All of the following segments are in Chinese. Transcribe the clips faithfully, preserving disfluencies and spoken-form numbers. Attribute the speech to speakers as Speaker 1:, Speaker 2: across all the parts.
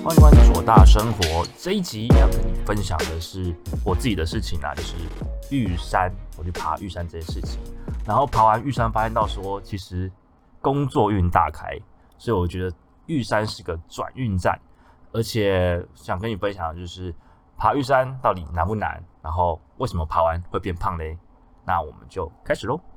Speaker 1: 欢迎关注左大生活。这一集要跟你分享的是我自己的事情啊，就是玉山，我去爬玉山这件事情。然后爬完玉山，发现到说，其实工作运大开，所以我觉得玉山是个转运站。而且想跟你分享的就是，爬玉山到底难不难？然后为什么爬完会变胖嘞？那我们就开始喽。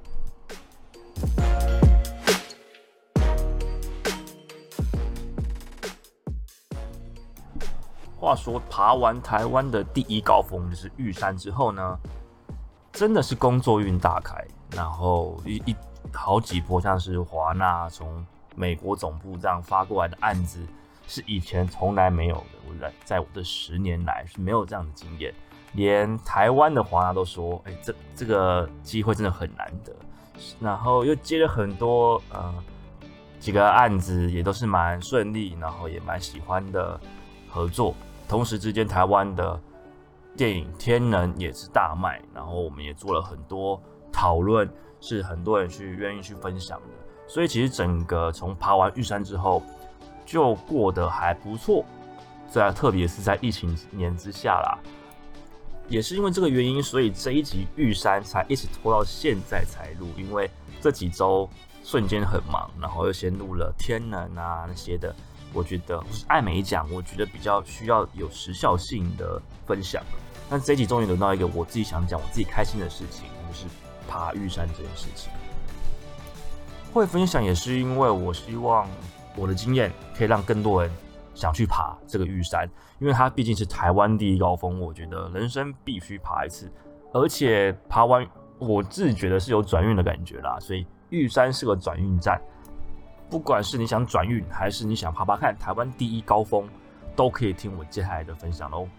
Speaker 1: 话说爬完台湾的第一高峰就是玉山之后呢，真的是工作运大开，然后一一好几波像是华纳从美国总部这样发过来的案子，是以前从来没有的。我在在我的十年来是没有这样的经验，连台湾的华纳都说，哎、欸，这这个机会真的很难得。然后又接了很多呃几个案子，也都是蛮顺利，然后也蛮喜欢的合作。同时之间，台湾的电影《天能》也是大卖，然后我们也做了很多讨论，是很多人去愿意去分享的。所以其实整个从爬完玉山之后，就过得还不错。在特别是在疫情年之下啦，也是因为这个原因，所以这一集玉山才一直拖到现在才录，因为这几周瞬间很忙，然后又先录了《天能》啊那些的。我觉得或是艾美奖，我觉得比较需要有时效性的分享。那这一集终于轮到一个我自己想讲、我自己开心的事情，就是爬玉山这件事情。会分享也是因为我希望我的经验可以让更多人想去爬这个玉山，因为它毕竟是台湾第一高峰，我觉得人生必须爬一次。而且爬完，我自己觉得是有转运的感觉啦，所以玉山是个转运站。不管是你想转运，还是你想爬爬看台湾第一高峰，都可以听我接下来的分享喽。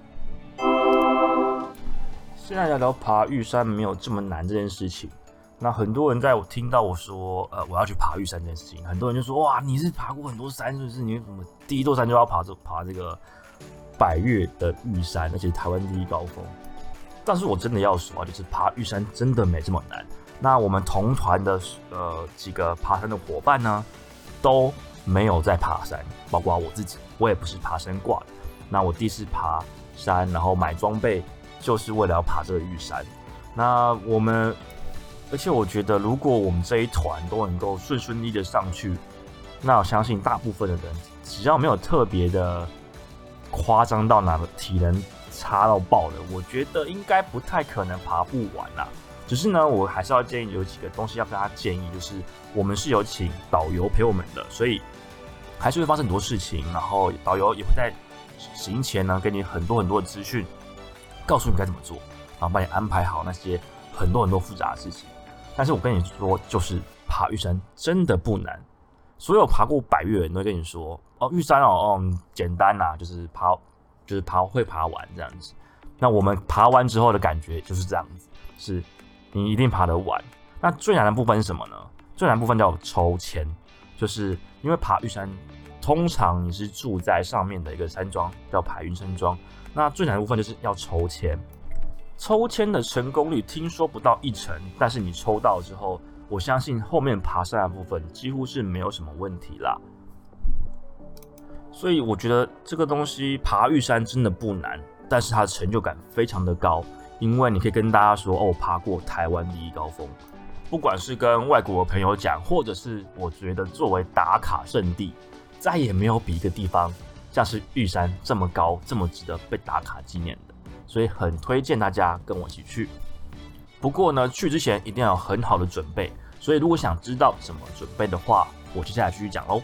Speaker 1: 现在聊聊爬玉山没有这么难这件事情。那很多人在我听到我说，呃，我要去爬玉山这件事情，很多人就说，哇，你是爬过很多山，是不是？你怎么第一座山就要爬这爬这个百岳的玉山，而且台湾第一高峰？但是我真的要说啊，就是爬玉山真的没这么难。那我们同团的呃几个爬山的伙伴呢，都没有在爬山，包括我自己，我也不是爬山挂的。那我第一次爬山，然后买装备，就是为了要爬这个玉山。那我们，而且我觉得，如果我们这一团都能够顺顺利的上去，那我相信大部分的人，只要没有特别的夸张到哪个体能差到爆的，我觉得应该不太可能爬不完啦。只是呢，我还是要建议有几个东西要跟大家建议，就是我们是有请导游陪我们的，所以还是会发生很多事情，然后导游也会在行前呢给你很多很多的资讯，告诉你该怎么做，然后帮你安排好那些很多很多复杂的事情。但是我跟你说，就是爬玉山真的不难，所有爬过百岳的人都会跟你说，哦，玉山哦，哦，简单啦、啊，就是爬，就是爬会爬完这样子。那我们爬完之后的感觉就是这样子，是。你一定爬得完。那最难的部分是什么呢？最难的部分叫抽签，就是因为爬玉山，通常你是住在上面的一个山庄，叫排云山庄。那最难的部分就是要抽签，抽签的成功率听说不到一成，但是你抽到之后，我相信后面爬山的部分几乎是没有什么问题啦。所以我觉得这个东西爬玉山真的不难，但是它的成就感非常的高。因为你可以跟大家说，哦，爬过台湾第一高峰，不管是跟外国的朋友讲，或者是我觉得作为打卡圣地，再也没有比一个地方像是玉山这么高、这么值得被打卡纪念的，所以很推荐大家跟我一起去。不过呢，去之前一定要有很好的准备，所以如果想知道怎么准备的话，我接下来继续讲喽。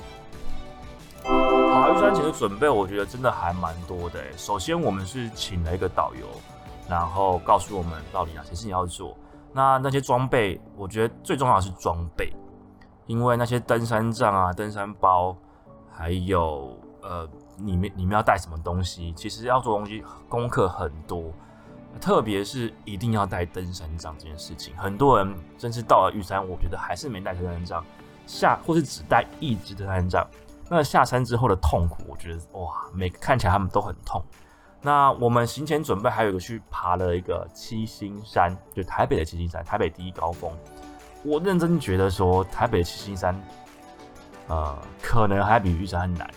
Speaker 1: 爬玉山前的准备，我觉得真的还蛮多的。首先，我们是请了一个导游。然后告诉我们到底哪些事情要做。那那些装备，我觉得最重要的是装备，因为那些登山杖啊、登山包，还有呃，里面里面要带什么东西，其实要做东西功课很多，特别是一定要带登山杖这件事情。很多人真是到了玉山，我觉得还是没带登山杖，下或是只带一支登山杖。那下山之后的痛苦，我觉得哇，每个看起来他们都很痛。那我们行前准备还有一个去爬了一个七星山，就台北的七星山，台北第一高峰。我认真觉得说，台北的七星山，呃，可能还比玉山难。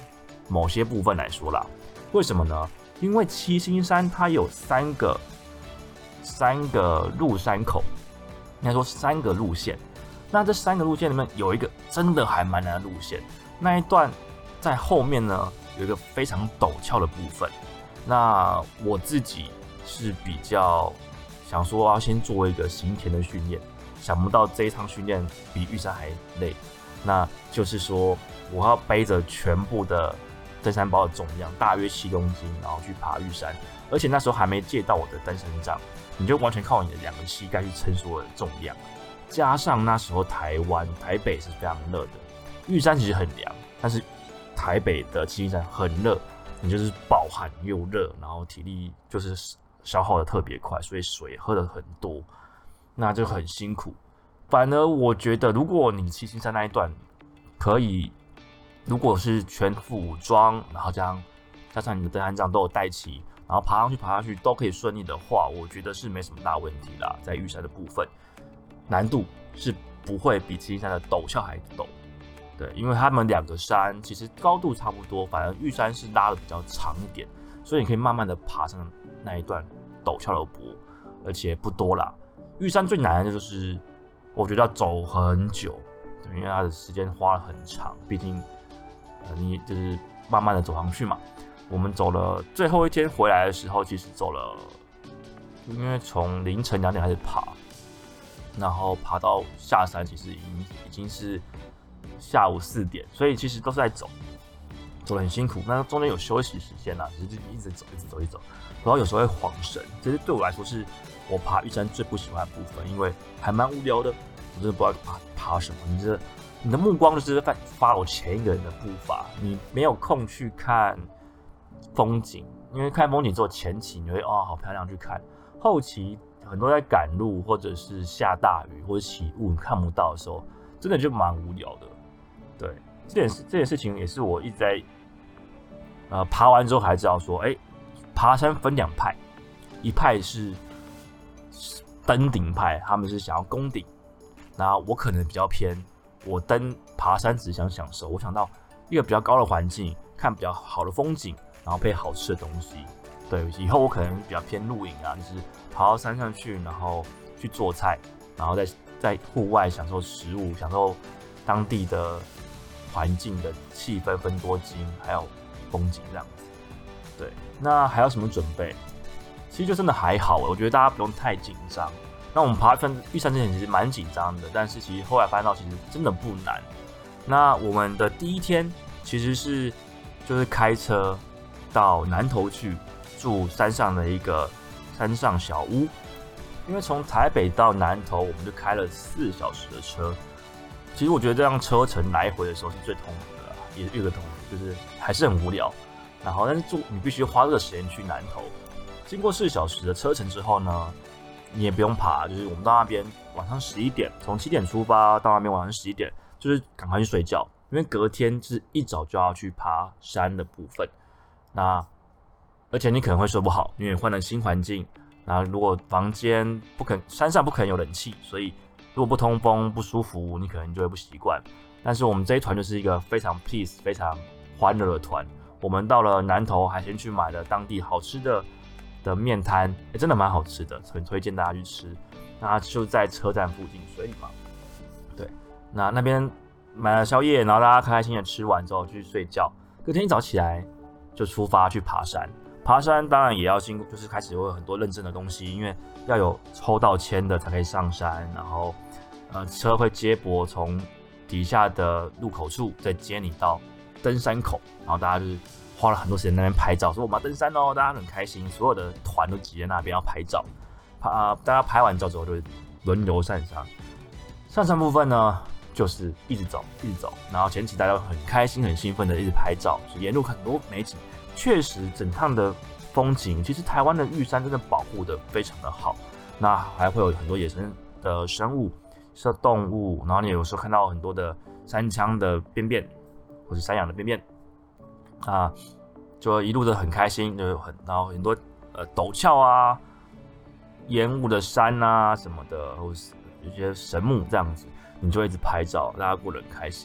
Speaker 1: 某些部分来说啦。为什么呢？因为七星山它有三个三个入山口，应该说三个路线。那这三个路线里面有一个真的还蛮难的路线，那一段在后面呢有一个非常陡峭的部分。那我自己是比较想说要先做一个行前的训练，想不到这一趟训练比玉山还累。那就是说我要背着全部的登山包的重量，大约七公斤，然后去爬玉山。而且那时候还没借到我的登山杖，你就完全靠你的两个膝盖去撑所有的重量。加上那时候台湾台北是非常热的，玉山其实很凉，但是台北的七星山很热，你就是暴汗又热，然后体力就是消耗的特别快，所以水喝的很多，那就很辛苦。反而我觉得，如果你七星山那一段可以，如果是全副武装，然后加上加上你的登山杖都有带齐，然后爬上去爬下去都可以顺利的话，我觉得是没什么大问题啦。在玉山的部分，难度是不会比七星山的陡峭还陡，对，因为他们两个山其实高度差不多，反而玉山是拉的比较长一点，所以你可以慢慢的爬上那一段陡峭的坡，而且不多啦。玉山最难的就是，我觉得要走很久，因为它的时间花了很长，毕竟呃你就是慢慢的走上去嘛。我们走了最后一天回来的时候，其实走了，因为从凌晨两点开始爬。然后爬到下山，其实已经已经是下午四点，所以其实都是在走，走得很辛苦。那中间有休息时间啦，只是一直走，一直走，一直走。然后有时候会晃神，这是对我来说是我爬玉山最不喜欢的部分，因为还蛮无聊的。我真的不知道爬爬什么，你这你的目光就是在 follow 前一个人的步伐，你没有空去看风景，因为看风景只有前期你会哦好漂亮去看，后期。很多在赶路或者是下大雨或者起雾你看不到的时候，真的就蛮无聊的。对，这件事这件事情也是我一直在呃爬完之后才知道说，哎、欸，爬山分两派，一派是登顶派，他们是想要攻顶，那我可能比较偏，我登爬山只想享受，我想到一个比较高的环境，看比较好的风景，然后配好吃的东西。对，以后我可能比较偏露营啊，就是爬到山上去，然后去做菜，然后在在户外享受食物，享受当地的环境的气氛、分多金，还有风景这样子。对，那还有什么准备？其实就真的还好，我觉得大家不用太紧张。那我们爬玉山之前其实蛮紧张的，但是其实后来发现到其实真的不难。那我们的第一天其实是就是开车到南投去。住山上的一个山上小屋，因为从台北到南投，我们就开了四小时的车。其实我觉得这样车程来回的时候是最痛苦的啦，也是越个痛苦，就是还是很无聊。然后，但是住你必须花这个时间去南投。经过四小时的车程之后呢，你也不用爬，就是我们到那边晚上十一点，从七点出发到那边晚上十一点，就是赶快去睡觉，因为隔天就是一早就要去爬山的部分。那而且你可能会睡不好，因为换了新环境。然后如果房间不肯山上不可能有冷气，所以如果不通风不舒服，你可能就会不习惯。但是我们这一团就是一个非常 peace、非常欢乐的团。我们到了南投，还先去买了当地好吃的的面摊，欸，真的蛮好吃的，很推荐大家去吃。那就在车站附近水里嘛，对，那那边买了宵夜，然后大家开开心心的吃完之后去睡觉。隔天一早起来就出发去爬山。爬山当然也要经过，就是开始会有很多认证的东西，因为要有抽到签的才可以上山，然后呃车会接驳从底下的入口处再接你到登山口，然后大家就是花了很多时间在那边拍照，说我们要登山哦，大家很开心，所有的团都挤在那边要拍照，拍、呃、大家拍完照之后就会轮流上山。上山部分呢，就是一直走一直走，然后前期大家很开心很兴奋的一直拍照，沿路很多美景。确实，整趟的风景，其实台湾的玉山真的保护的非常的好。那还会有很多野生的生物、是动物，然后你有时候看到很多的山羌的便便，或是山羊的便便，啊，就一路的很开心，就很然后很多呃陡峭啊、烟雾的山啊什么的，或是有些神木这样子，你就一直拍照，大家过得很开心。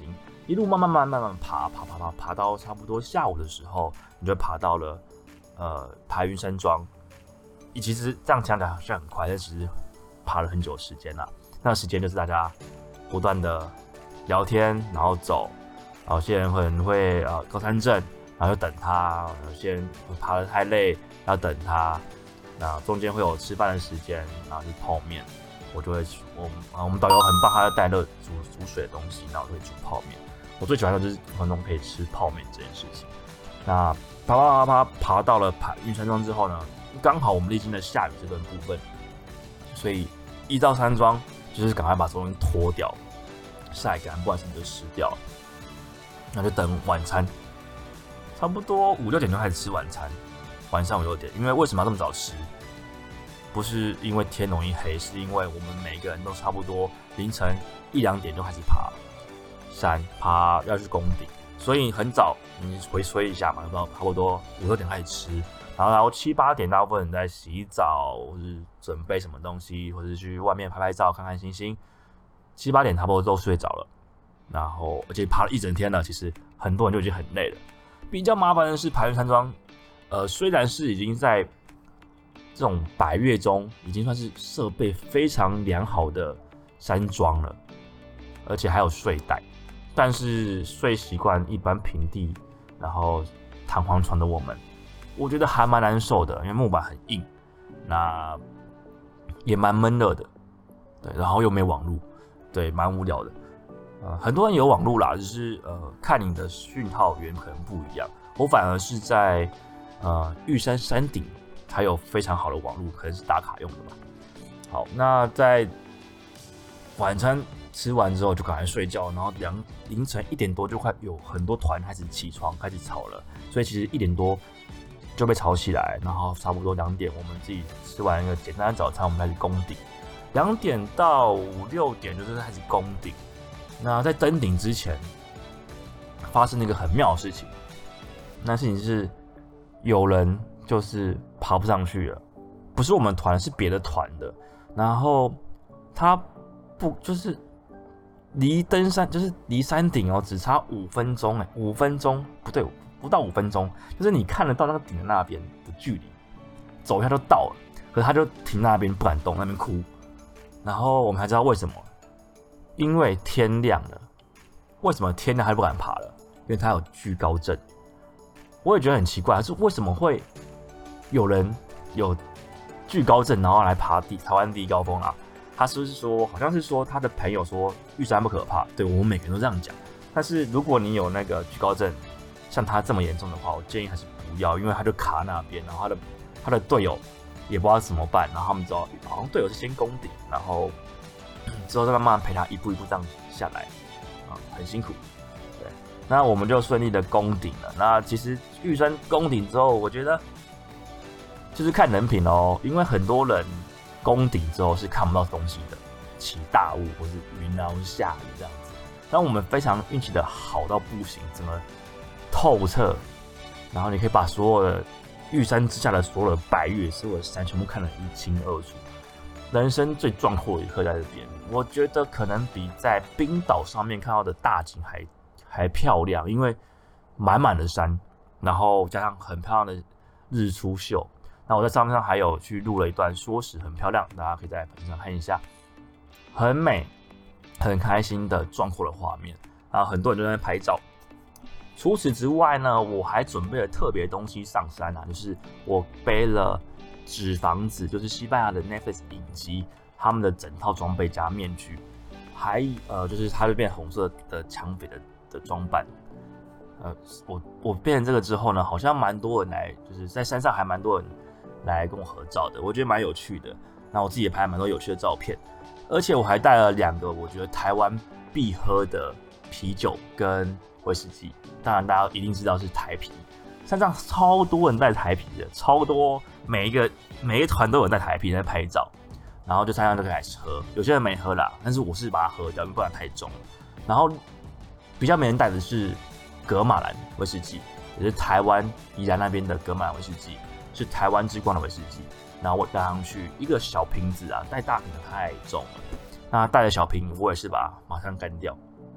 Speaker 1: 一路慢慢慢慢慢慢爬爬爬爬爬到差不多下午的时候，你就爬到了呃排云山庄。其实这样讲起来好像很快，但其实爬了很久时间啦。那个时间就是大家不断的聊天，然后走。有些人可能会呃高山症，然后就等他；有些人爬得太累，要等他。那中间会有吃饭的时间，然后去泡面。我就会我啊，我们导游很棒，他要带热煮煮水的东西，然后就会煮泡面。我最喜欢的就是活动可以吃泡面这件事情。那爬爬爬爬爬到了排云山庄之后呢，刚好我们历经了下雨这段部分，所以一到山庄就是赶快把东西脱掉，晒干，不然什么就湿掉了。那就等晚餐，差不多五六点就开始吃晚餐。晚上五六点，因为为什么要这么早吃？不是因为天容易黑，是因为我们每个人都差不多凌晨一两点就开始爬山，爬要去攻顶，所以很早你回睡一下嘛，然后差不多五六点开始吃，然后然后七八点大部分人在洗澡或是准备什么东西，或者是去外面拍拍照、看看星星。七八点差不多都睡着了，然后而且爬了一整天了，其实很多人就已经很累了。比较麻烦的是排云山庄，呃，虽然是已经在这种百岳中已经算是设备非常良好的山庄了，而且还有睡袋，但是睡习惯一般平地，然后弹簧床的我们，我觉得还蛮难受的，因为木板很硬，那也蛮闷热的，对，然后又没网路，对，蛮无聊的。呃，很多人有网路啦，只是呃看你的讯号源可能不一样，我反而是在呃玉山山顶。还有非常好的网路，可能是打卡用的吧。好，那在晚餐吃完之后就赶快睡觉，然后两凌晨一点多就快有很多团开始起床开始吵了，所以其实一点多就被吵起来，然后差不多两点我们自己吃完一个简单的早餐，我们开始攻顶。两点到五六点就是开始攻顶。那在登顶之前发生了一个很妙的事情，那事情是有人就是爬不上去了，不是我们团，是别的团的。然后他不就是离登山，就是离山顶哦，只差五分钟哎，五分钟不对，不到五分钟，就是你看得到那个顶的那边的距离，走一下就到了。可是他就停那边不敢动，那边哭。然后我们才知道为什么，因为天亮了。为什么天亮还不敢爬了？因为他有惧高症。我也觉得很奇怪，是为什么会有人有惧高症，然后来爬第台湾第一高峰啦？他是不是说，好像是说他的朋友说玉山不可怕？对，我们每个人都这样讲。但是如果你有那个惧高症，像他这么严重的话，我建议还是不要，因为他就卡那边，然后他的他的队友也不知道怎么办，然后他们知道好像队友是先攻顶，然后之后再慢慢陪他一步一步这样下来，啊，很辛苦。对，那我们就顺利的攻顶了。那其实玉山攻顶之后，我觉得就是看人品哦，因为很多人攻顶之后是看不到东西的，起大雾或是云啊，或是下雨这样子。但我们非常运气的好到不行，整个透彻，然后你可以把所有的玉山之下的所有的百岳、所有的山全部看得一清二楚。人生最壮阔的一刻在这边，我觉得可能比在冰岛上面看到的大景还还漂亮，因为满满的山，然后加上很漂亮的日出秀。那我在上面上还有去录了一段缩时，很漂亮，大家可以在粉丝上看一下，很美、很开心的壮阔的画面。然后很多人都在那拍照。除此之外呢，我还准备了特别东西上山啊，就是我背了纸房子，就是西班牙的 Netflix 影集他们的整套装备加面具，还呃就是它就变红色的抢匪的的装扮。呃，我我变成这个之后呢，好像蛮多人来，就是在山上还蛮多人来跟我合照的，我觉得蛮有趣的。那我自己也拍了蛮多有趣的照片，而且我还带了两个我觉得台湾必喝的啤酒跟威士忌。当然大家一定知道是台啤，山上超多人带台啤的，超多，每一个每一团都有人带台啤在拍照，然后就山上就开始喝，有些人没喝啦，但是我是把它喝掉，不然太重了。然后比较没人带的是噶玛兰威士忌，也是台湾宜兰那边的噶玛兰威士忌，是台湾之光的威士忌。然后我带上去一个小瓶子啊，带大瓶的太重了，那带着小瓶我也是把它马上干掉。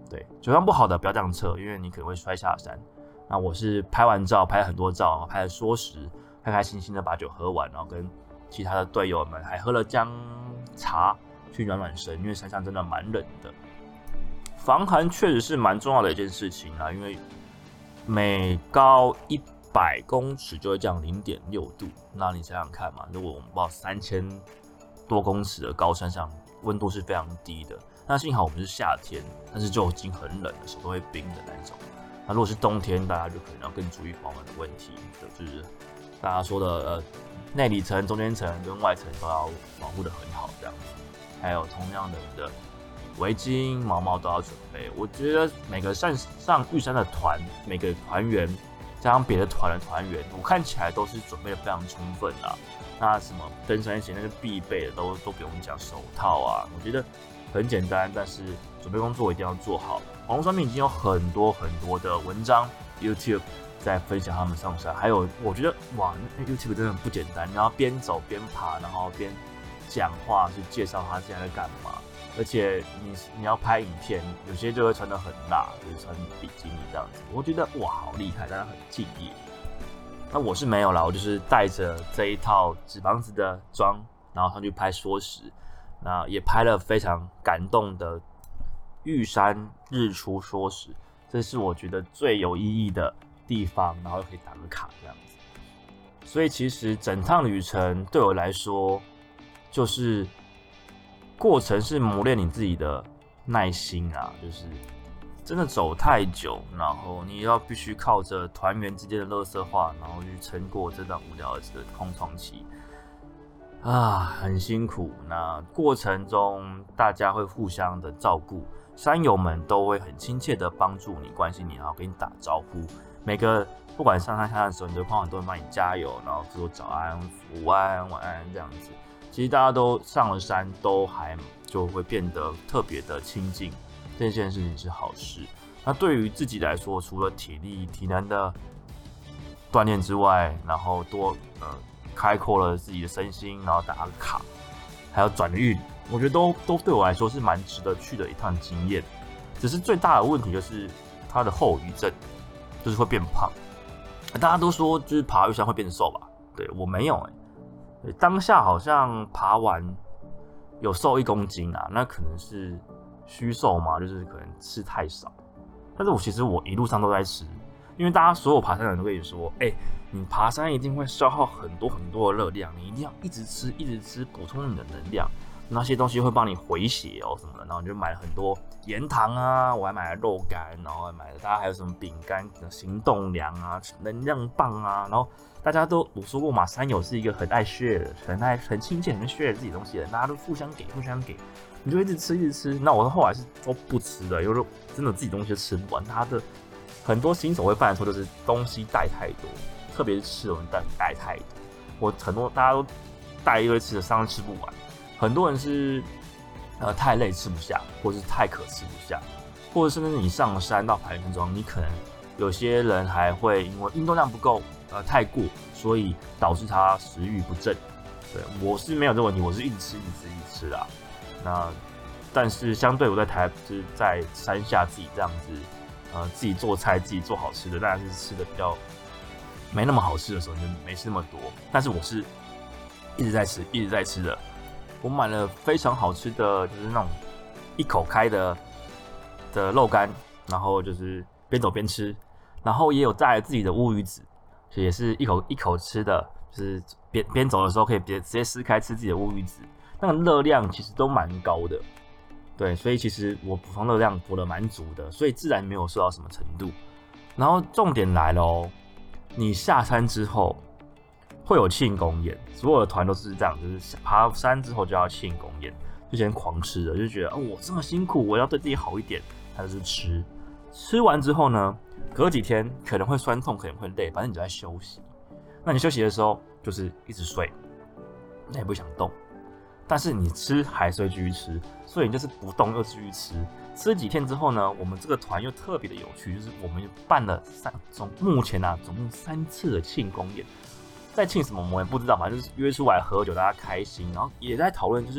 Speaker 1: 对，酒量不好的不要这样测，因为你可能会摔下山。那我是拍完照，拍了很多照，拍了缩时，开开心心的把酒喝完，然后跟其他的队友们还喝了姜茶去暖暖身，因为山上真的蛮冷的。防寒确实是蛮重要的一件事情啦，因为每高一百公尺就会降 零点六 度。那你想想看嘛，如果我们报三千多公尺的高山上，温度是非常低的。那幸好我们是夏天，但是就已经很冷了，手都会冰的那种。那如果是冬天，大家就可能要更注意保暖的问题，就是大家说的呃内里层、中间层跟外层都要保护得很好，这样子。还有同样的你的围巾、毛毛都要准备。我觉得每个上上玉山的团，每个团员加上别的团的团员，我看起来都是准备的非常充分啦。那什么登山鞋那是必备的，都都不用讲，手套啊，我觉得很简单，但是准备工作一定要做好。网络上面已经有很多很多的文章 ，YouTube 在分享他们上山，还有我觉得哇，那 YouTube 真的不简单，你要边走边爬，然后边讲话去介绍他现在在干嘛。而且你你要拍影片，有些就会穿得很辣，就是穿比基尼这样子。我觉得哇，好厉害，大家很敬业。那我是没有啦，我就是带着这一套纸房子的装，然后上去拍缩时，那也拍了非常感动的玉山日出缩时，这是我觉得最有意义的地方，然后又可以打个卡这样子。所以其实整趟旅程对我来说，就是过程是磨练你自己的耐心啊，就是真的走太久，然后你要必须靠着团员之间的垃圾话，然后去撑过这段无聊的空窗期啊，很辛苦。那过程中大家会互相的照顾，山友们都会很亲切的帮助你、关心你，然后跟你打招呼。每个不管上山下山的时候，你都碰到很多人帮你加油，然后说早安、午安、晚安这样子。其实大家都上了山，都还就会变得特别的亲近。这件事情是好事。那对于自己来说，除了体力、体能的锻炼之外，然后多呃开阔了自己的身心，然后打个卡，还有转运，我觉得都都对我来说是蛮值得去的一趟经验。只是最大的问题就是它的后遗症，就是会变胖。大家都说就是爬玉山会变瘦吧？对我没有哎、欸，当下好像爬完有瘦一公斤啊，那可能是虚瘦嘛，就是可能吃太少。但是我其实我一路上都在吃，因为大家所有爬山的人都跟你说，哎、欸，你爬山一定会消耗很多很多的热量，你一定要一直吃，一直吃，补充你的能量。那些东西会帮你回血哦什么的，然后你就买了很多盐糖啊，我还买了肉干，然后还买了大家还有什么饼干、行动粮啊、能量棒啊，然后大家都我说过嘛，山友是一个很爱 share、很爱很亲切、很 share 自己东西的人，大家都互相给、互相给，你就一直吃、一直吃。那我后来是都不吃的，因为真的自己东西都吃不完。他的很多新手会犯的错就是东西带太多，特别是吃的东西带带太多。我很多大家都带一堆吃的，上次吃不完。很多人是呃太累吃不下，或者是太渴吃不下，或者甚至你上山到排云中，你可能有些人还会因为运动量不够，呃太过，所以导致他食欲不振。对，我是没有这个问题，我是一直吃、一直吃、一直吃啦。那但是相对我在台就是在山下自己这样子，呃自己做菜、自己做好吃的，当然是吃的比较没那么好吃的时候，就没吃那么多。但是我是一直在吃、一直在吃的。我买了非常好吃的，就是那种一口开的的肉干，然后就是边走边吃，然后也有带自己的乌鱼子，也是一口一口吃的，就是边边走的时候可以直接撕开吃自己的乌鱼子，那个热量其实都蛮高的，对，所以其实我补充热量补得蛮足的，所以自然没有瘦到什么程度。然后重点来了哦，你下山之后会有庆功宴，所有的团都是这样，就是爬山之后就要庆功宴，就先狂吃了，就觉得哦，我这么辛苦，我要对自己好一点，他就是吃。吃完之后呢，隔几天可能会酸痛，可能会累，反正你就在休息。那你休息的时候就是一直睡，那也不想动，但是你吃还是会继续吃，所以你就是不动又继续吃。吃了几天之后呢，我们这个团又特别的有趣，就是我们办了三总目前啊总共三次的庆功宴。在庆什么我们也不知道嘛，就是约出来喝酒，大家开心，然后也在讨论，就是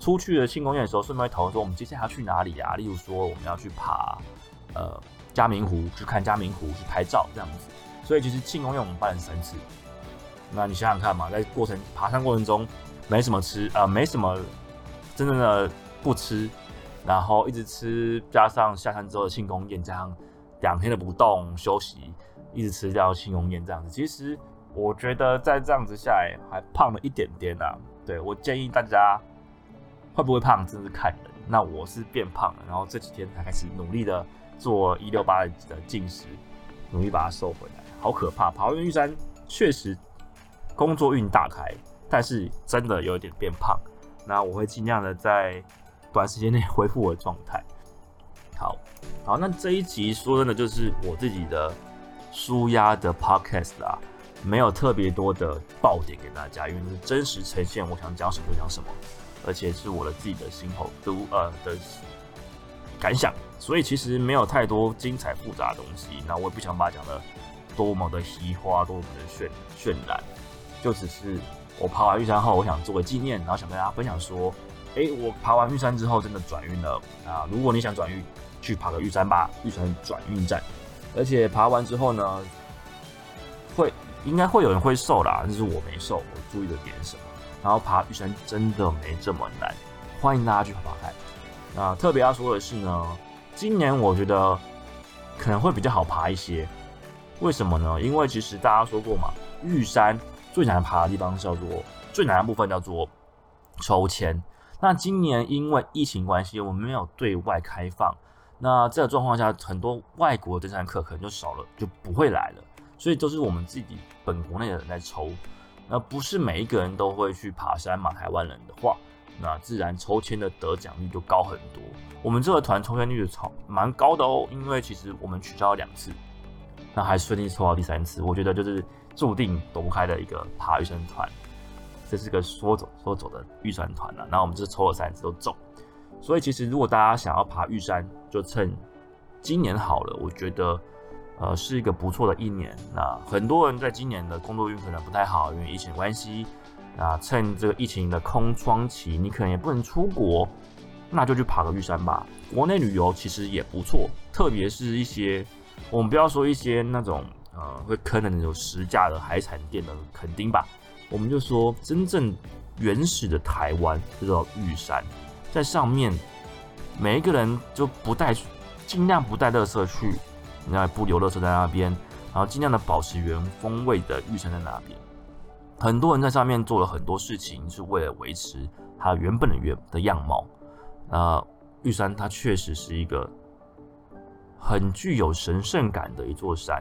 Speaker 1: 出去的庆功宴的时候，顺便会讨论说我们接下来要去哪里啊？例如说我们要去爬呃嘉明湖，去看嘉明湖，去拍照这样子。所以其实庆功宴我们办了三次。那你想想看嘛，在过程爬山过程中没什么吃，呃，没什么真正的不吃，然后一直吃，加上下山之后的庆功宴，加上两天的不动休息，一直吃掉庆功宴这样子。其实我觉得在这样子下来还胖了一点点啊。对，我建议大家会不会胖真的是看人。那我是变胖了，然后这几天才开始努力的做一六八的进食，努力把它瘦回来。好可怕！爬完玉山确实工作运大开，但是真的有点变胖。那我会尽量的在短时间内恢复我的状态。好，好，那这一集说真的就是我自己的舒压的 podcast 啦，没有特别多的爆点给大家，因为是真实呈现我想讲什么就讲什么，而且是我的自己的心口读呃的感想，所以其实没有太多精彩复杂的东西。那我也不想把它讲的多么的稀花，多么的渲渲染，就只是我爬完玉山后，我想作为纪念，然后想跟大家分享说，哎、欸，我爬完玉山之后真的转运了啊！如果你想转运，去爬个玉山吧，玉山转运站。而且爬完之后呢，会应该会有人会瘦啦，但是我没瘦，我注意的点是什么？然后爬玉山真的没这么难，欢迎大家去爬爬看。那特别要说的是呢，今年我觉得可能会比较好爬一些。为什么呢？因为其实大家说过嘛，玉山最难爬的地方叫做最难的部分叫做抽签。那今年因为疫情关系，我们没有对外开放。那这个状况下，很多外国登山客可能就少了，就不会来了。所以都是我们自己本国内的人在抽。那不是每一个人都会去爬山嘛？台湾人的话，那自然抽签的得奖率就高很多。我们这个团抽签率超蛮高的哦，因为其实我们取消了两次。那还顺利抽到第三次，我觉得就是注定躲不开的一个爬玉山团，这是个说走说走的玉山团啊。那我们这抽了三次都中，所以其实如果大家想要爬玉山，就趁今年好了，我觉得呃是一个不错的一年。那很多人在今年的工作运可能不太好，因为疫情的关系。那趁这个疫情的空窗期，你可能也不能出国，那就去爬个玉山吧。国内旅游其实也不错，特别是一些。我们不要说一些那种呃会坑的那种实价的海产店的垦丁吧，我们就说真正原始的台湾，就叫玉山，在上面每一个人就不带，尽量不带垃圾去，那不留垃圾在那边，然后尽量的保持原风味的玉山在那边。很多人在上面做了很多事情，是为了维持它原本的原的样貌。呃，玉山它确实是一个很具有神圣感的一座山，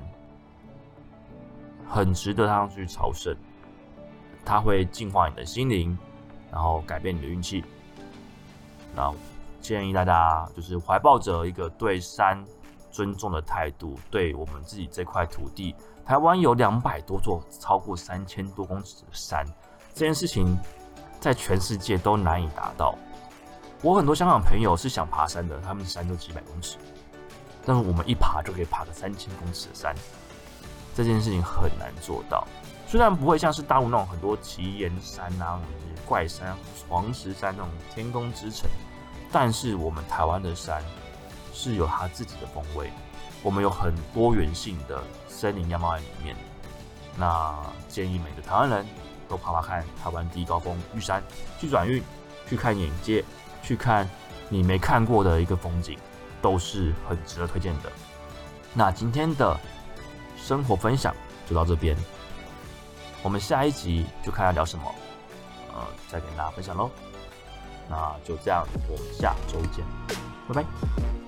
Speaker 1: 很值得上去朝圣。它会净化你的心灵，然后改变你的运气。那建议大家就是怀抱着一个对山尊重的态度，对我们自己这块土地，台湾有两百多座超过三千多公尺的山，这件事情在全世界都难以达到。我很多香港朋友是想爬山的，他们山就几百公尺。但是我们一爬就可以爬个三千公尺的山，这件事情很难做到。虽然不会像是大陆那种很多奇岩山啊、怪山、黄石山那种天空之城，但是我们台湾的山是有它自己的风味，我们有很多元性的森林样貌在里面。那建议每个台湾人都爬爬看台湾第一高峰玉山，去转运，去看眼界，去看你没看过的一个风景。都是很值得推荐的。那今天的生活分享就到这边，我们下一集就看要聊什么，呃，再跟大家分享喽。那就这样，我们下周见，拜拜。